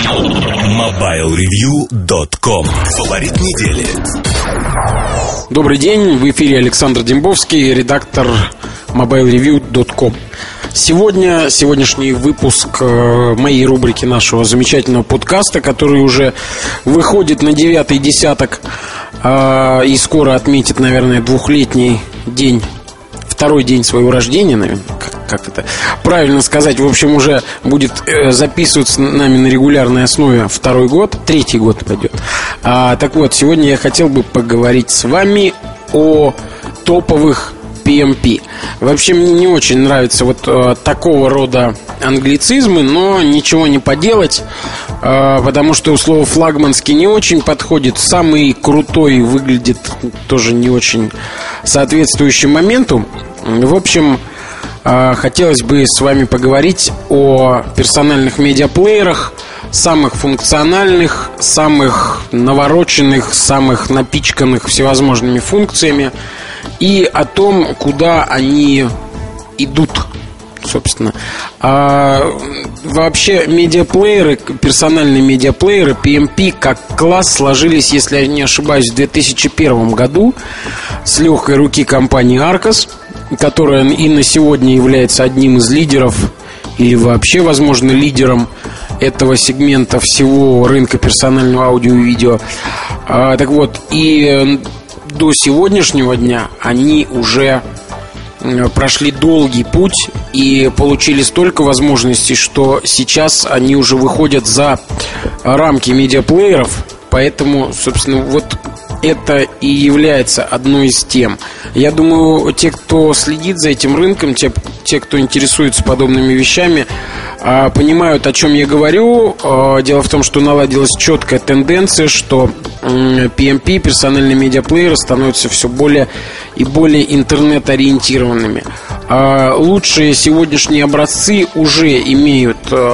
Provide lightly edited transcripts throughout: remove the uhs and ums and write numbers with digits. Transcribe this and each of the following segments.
MobileReview.com. Фаворит недели. Добрый день, в эфире Александр Дембовский, редактор MobileReview.com. Сегодняшний выпуск моей рубрики нашего замечательного подкаста, который уже выходит на 9-й десяток и скоро отметит, наверное, двухлетний день, второй день своего рождения, наверное, как это правильно сказать. В общем, уже будет записываться нами на регулярной основе третий год пойдет. Так вот, сегодня я хотел бы поговорить с вами о топовых PMP. Вообще мне не очень нравятся вот такого рода англицизмы, но ничего не поделать, потому что слово флагманский не очень подходит. Самый крутой выглядит тоже не очень соответствующим моменту. В общем, хотелось бы с вами поговорить о персональных медиаплеерах, самых функциональных, самых навороченных, самых напичканных всевозможными функциями, и о том, куда они идут, собственно. Вообще медиаплееры, персональные медиаплееры, PMP как класс сложились, если я не ошибаюсь, в 2001 году с легкой руки компании Arcos, которая и на сегодня является одним из лидеров, или вообще, возможно, лидером этого сегмента всего рынка персонального аудио и видео. Так вот, и до сегодняшнего дня они уже прошли долгий путь и получили столько возможностей, что сейчас они уже выходят за рамки медиаплееров. Поэтому, собственно, вот это и является одной из тем. Я думаю, те, кто следит за этим рынком, те, кто интересуется подобными вещами, понимают, о чем я говорю. Дело в том, что наладилась четкая тенденция, что PMP, персональные медиаплееры, становятся все более и более интернет-ориентированными. Лучшие сегодняшние образцы уже имеют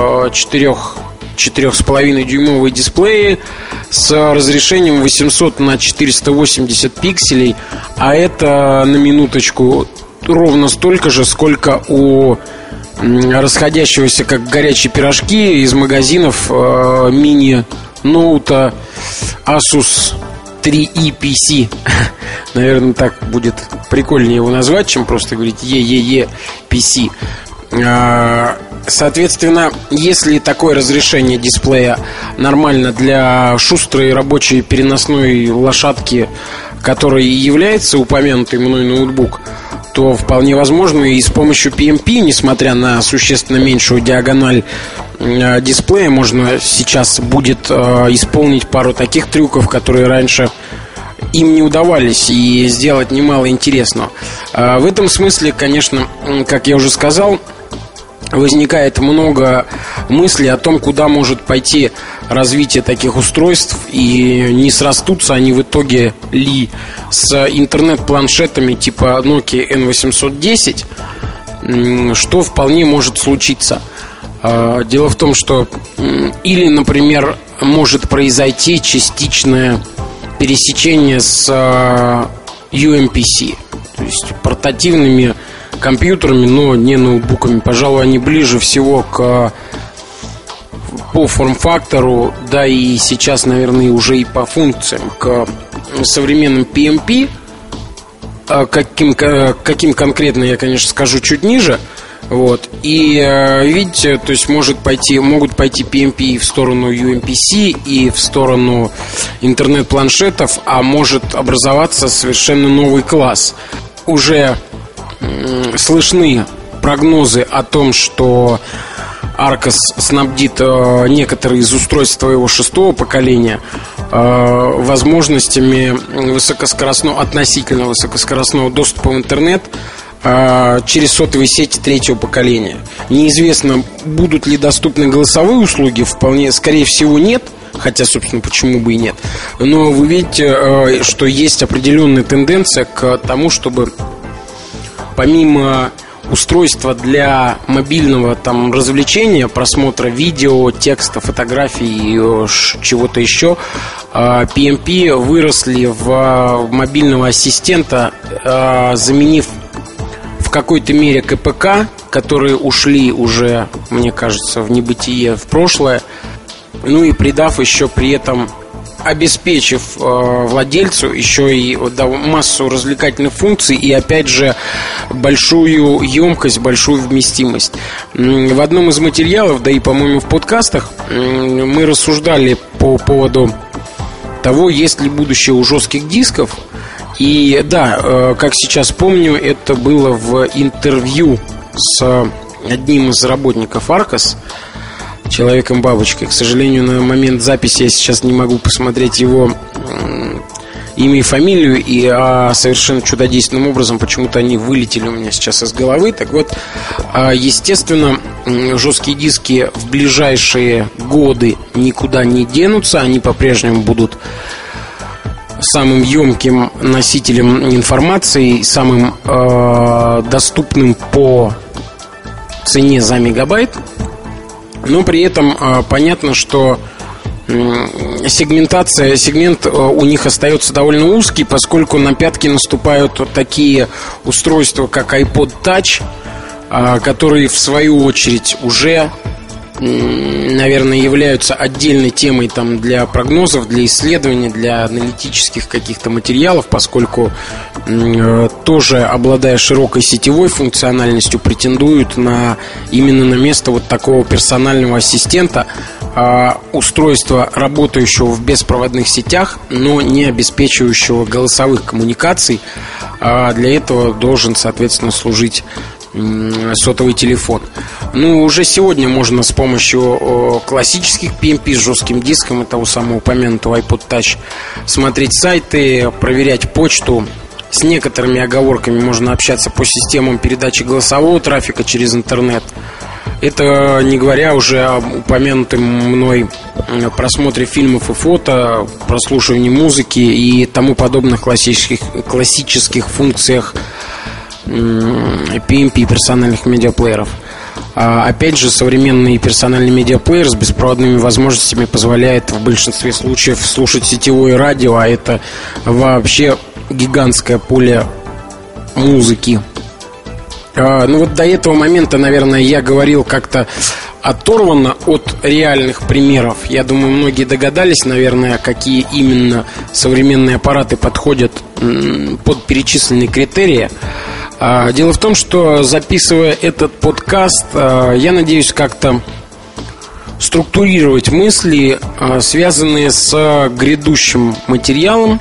4,5-дюймовые дисплеи с разрешением 800 на 480 пикселей, а это, на минуточку, ровно столько же, сколько у расходящегося как горячие пирожки из магазинов мини-ноута Asus 3E PC. Наверное, так будет прикольнее его назвать, чем просто говорить PC. Соответственно, если такое разрешение дисплея нормально для шустрой рабочей переносной лошадки, которой является упомянутый мной ноутбук, то вполне возможно и с помощью PMP, несмотря на существенно меньшую диагональ дисплея, можно сейчас будет исполнить пару таких трюков, которые раньше им не удавались, и сделать немало интересного. В этом смысле, конечно, как я уже сказал, возникает много мыслей о том, куда может пойти развитие таких устройств, и не срастутся они в итоге ли с интернет-планшетами типа Nokia N810, что вполне может случиться. Дело в том, что или, например, может произойти частичное пересечение с UMPC, то есть портативными компьютерами, но не ноутбуками. Пожалуй, они ближе всего по форм-фактору, да и сейчас, наверное, уже и по функциям, к современным PMP. Каким конкретно, я, конечно, скажу чуть ниже. Вот. И видите, то есть могут пойти PMP и в сторону UMPC, и в сторону интернет-планшетов, а может образоваться совершенно новый класс. Уже слышны прогнозы о том, что Arcos снабдит некоторые из устройств своего 6-го поколения возможностями относительно высокоскоростного доступа в интернет через сотовые сети 3-го поколения. Неизвестно, будут ли доступны голосовые услуги. Вполне, скорее всего, нет. Хотя, собственно, почему бы и нет. Но вы видите, что есть определенная тенденция к тому, чтобы помимо устройства для мобильного там развлечения, просмотра видео, текста, фотографий и чего-то еще, PMP выросли в мобильного ассистента, заменив в какой-то мере КПК, которые ушли уже, мне кажется, в небытие, в прошлое. ну и придав еще при этом, обеспечив владельцу еще и массу развлекательных функций и, опять же, большую емкость, большую вместимость. В одном из материалов, да и, по-моему, в подкастах, мы рассуждали по поводу того, есть ли будущее у жестких дисков. И да, как сейчас помню, это было в интервью с одним из работников Arcos, Человеком-бабочкой. К сожалению, на момент записи я сейчас не могу посмотреть его имя и фамилию, и совершенно чудодейственным образом почему-то они вылетели у меня сейчас из головы. Так вот, естественно, жесткие диски в ближайшие годы никуда не денутся. Они по-прежнему будут самым емким носителем информации, самым доступным по цене за мегабайт. Но при этом понятно, что сегмент у них остается довольно узкий, поскольку на пятки наступают такие устройства, как iPod Touch, которые в свою очередь уже, наверное, являются отдельной темой там для прогнозов, для исследований, для аналитических каких-то материалов, поскольку тоже, обладая широкой сетевой функциональностью, претендуют именно на место вот такого персонального ассистента, устройства, работающего в беспроводных сетях, но не обеспечивающего голосовых коммуникаций. Для этого должен, соответственно, служить сотовый телефон. Ну, уже сегодня можно с помощью классических PMP с жестким диском и того самого упомянутого iPod Touch смотреть сайты, проверять почту. С некоторыми оговорками можно общаться по системам передачи голосового трафика через интернет. Это не говоря уже об упомянутом мной просмотре фильмов и фото, прослушивании музыки и тому подобных классических функциях PMP и персональных медиаплееров. Опять же, современный персональный медиаплеер с беспроводными возможностями позволяет в большинстве случаев слушать сетевое радио, а это вообще гигантское поле музыки. Ну вот до этого момента, наверное, я говорил как-то оторванно от реальных примеров. Я думаю, многие догадались, наверное, какие именно современные аппараты подходят под перечисленные критерии. Дело в том, что, записывая этот подкаст, я надеюсь как-то структурировать мысли, связанные с грядущим материалом.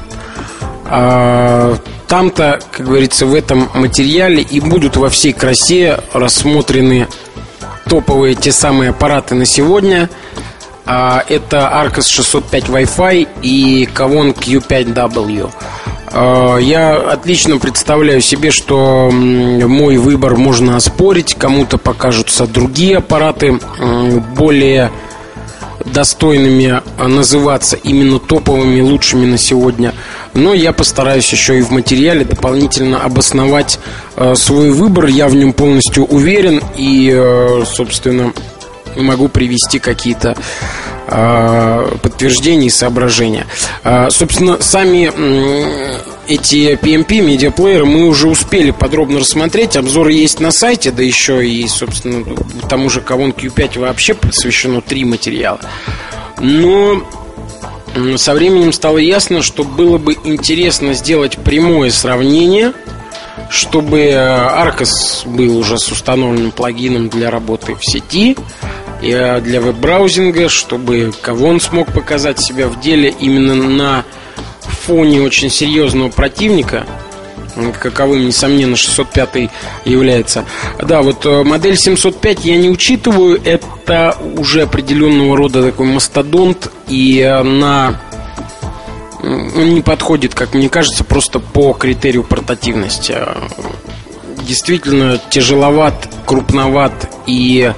Там-то, как говорится, в этом материале и будут во всей красе рассмотрены топовые те самые аппараты на сегодня. Это Arcos 605 Wi-Fi и Kavon Q5W. Я отлично представляю себе, что мой выбор можно оспорить. Кому-то покажутся другие аппараты более достойными называться, именно топовыми, лучшими на сегодня. Но я постараюсь еще и в материале дополнительно обосновать свой выбор. Я в нем полностью уверен и, собственно, могу привести какие-то подтверждения и соображения. Собственно, сами эти PMP, медиаплееры, мы уже успели подробно рассмотреть. Обзоры есть на сайте, да еще и, собственно, тому же Kavon Q5 вообще посвящено 3 материала. Но со временем стало ясно, что было бы интересно сделать прямое сравнение, чтобы Arcos был уже с установленным плагином для работы в сети и для веб-браузинга, чтобы Kavon смог показать себя в деле именно на фоне очень серьезного противника, каковым, несомненно, 605 является. Да, вот модель 705 я не учитываю. Это уже определенного рода такой мастодонт, и он не подходит, как мне кажется, просто по критерию портативности. Действительно тяжеловат, крупноват и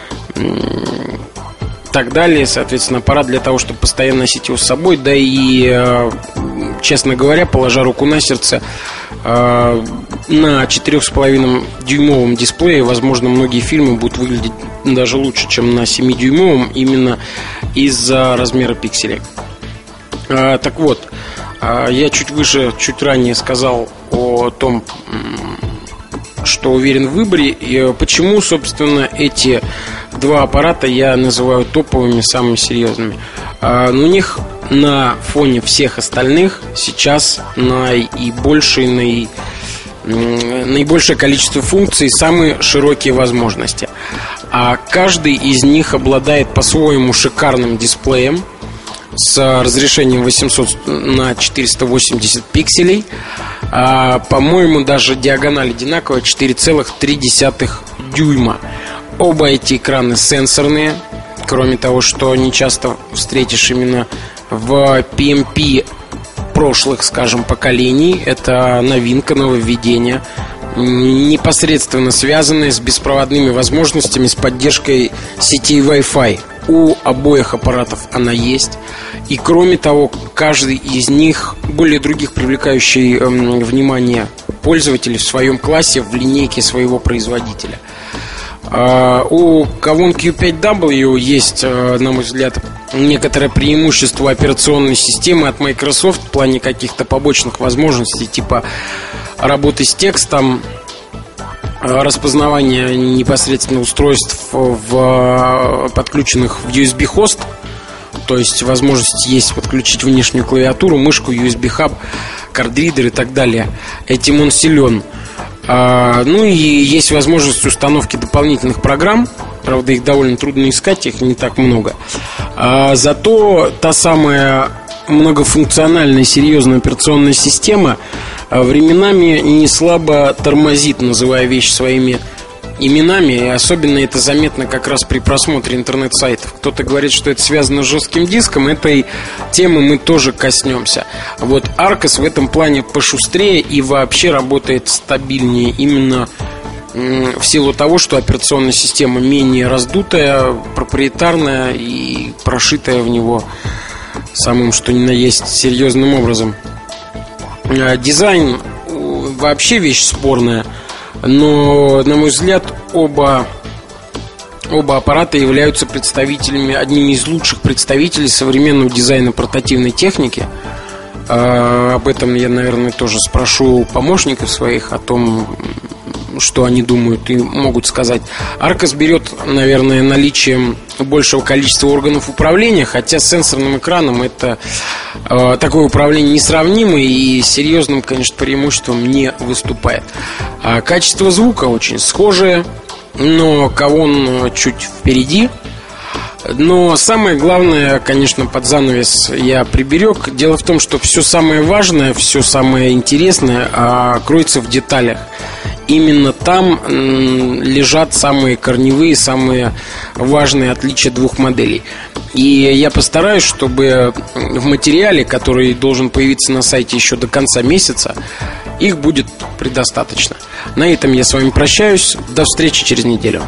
так далее. Соответственно, аппарат для того, чтобы постоянно носить его с собой. Да и, честно говоря, положа руку на сердце, на 4,5 дюймовом дисплее, возможно, многие фильмы будут выглядеть даже лучше, чем на 7-дюймовом, именно из-за размера пикселей. Так вот, я чуть ранее сказал о том, что уверен в выборе. И почему, собственно, эти два аппарата я называю топовыми, самыми серьезными. У них на фоне всех остальных сейчас наибольшее количество функций, самые широкие возможности. А каждый из них обладает по-своему шикарным дисплеем с разрешением 800 на 480 пикселей. По-моему, даже диагональ одинаковая, 4,3 дюйма. Оба эти экраны сенсорные. Кроме того, что не часто встретишь именно в PMP прошлых, скажем, поколений. Это новинка, нововведение, непосредственно связанные с беспроводными возможностями, с поддержкой сетей Wi-Fi. У обоих аппаратов она есть. И кроме того, каждый из них более других привлекающий внимание пользователей в своем классе в линейке своего производителя. У Kavon Q5W есть, на мой взгляд, некоторое преимущество операционной системы от Microsoft в плане каких-то побочных возможностей, типа работы с текстом, распознавание непосредственно устройств, подключенных в USB-хост. То есть возможность есть подключить внешнюю клавиатуру, мышку, USB-хаб, кардридер и так далее. Этим он силен. Ну и есть возможность установки дополнительных программ. Правда, их довольно трудно искать, их не так много. Зато та самая многофункциональная, серьезная операционная система временами не слабо тормозит, называя вещи своими именами. И особенно это заметно как раз при просмотре интернет-сайтов. Кто-то говорит, что это связано с жестким диском. Этой темы мы тоже коснемся. Вот Arcos в этом плане пошустрее и вообще работает стабильнее. Именно в силу того, что операционная система менее раздутая, проприетарная и прошитая в него самым что ни на есть серьезным образом. Дизайн вообще вещь спорная. Но, на мой взгляд, оба аппарата являются одними из лучших представителей современного дизайна портативной техники. Об этом я, наверное, тоже спрошу помощников своих о том, что они думают и могут сказать. Arcos берет, наверное, наличием большего количества органов управления, хотя с сенсорным экраном это такое управление несравнимое и серьезным, конечно, преимуществом не выступает. Качество звука очень схожее, но Kavon чуть впереди. Но самое главное, конечно, под занавес я приберег. Дело в том, что все самое важное, все самое интересное кроется в деталях. Именно там лежат самые корневые, самые важные отличия двух моделей. И я постараюсь, чтобы в материале, который должен появиться на сайте еще до конца месяца, их будет предостаточно. На этом я с вами прощаюсь. До встречи через неделю.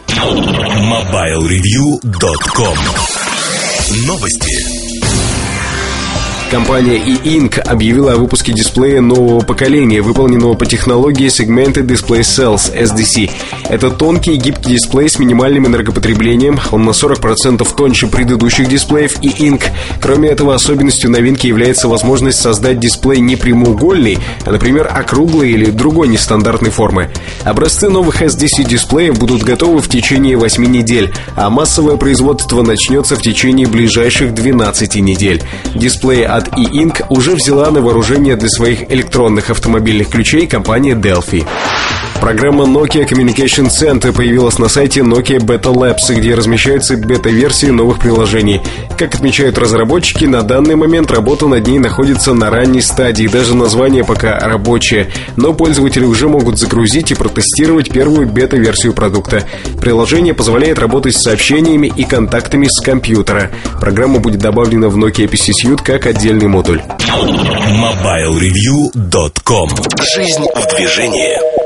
MobileReview.com. Новости. Компания E-Ink объявила о выпуске дисплея нового поколения, выполненного по технологии Segmented Display Cells, SDC. Это тонкий и гибкий дисплей с минимальным энергопотреблением. Он на 40% тоньше предыдущих дисплеев E-Ink. Кроме этого, особенностью новинки является возможность создать дисплей не прямоугольный, а, например, округлой или другой нестандартной формы. Образцы новых SDC-дисплеев будут готовы в течение 8 недель, а массовое производство начнется в течение ближайших 12 недель. Дисплеи от E-Ink уже взяла на вооружение для своих электронных автомобильных ключей компания Delphi. Программа Nokia Communication Center появилась на сайте Nokia Beta Labs, где размещаются бета-версии новых приложений. Как отмечают разработчики, на данный момент работа над ней находится на ранней стадии, даже название пока рабочее, но пользователи уже могут загрузить и протестировать первую бета-версию продукта. Приложение позволяет работать с сообщениями и контактами с компьютера. Программа будет добавлена в Nokia PC Suite как отдельный модуль. MobileReview.com. Жизнь в движении.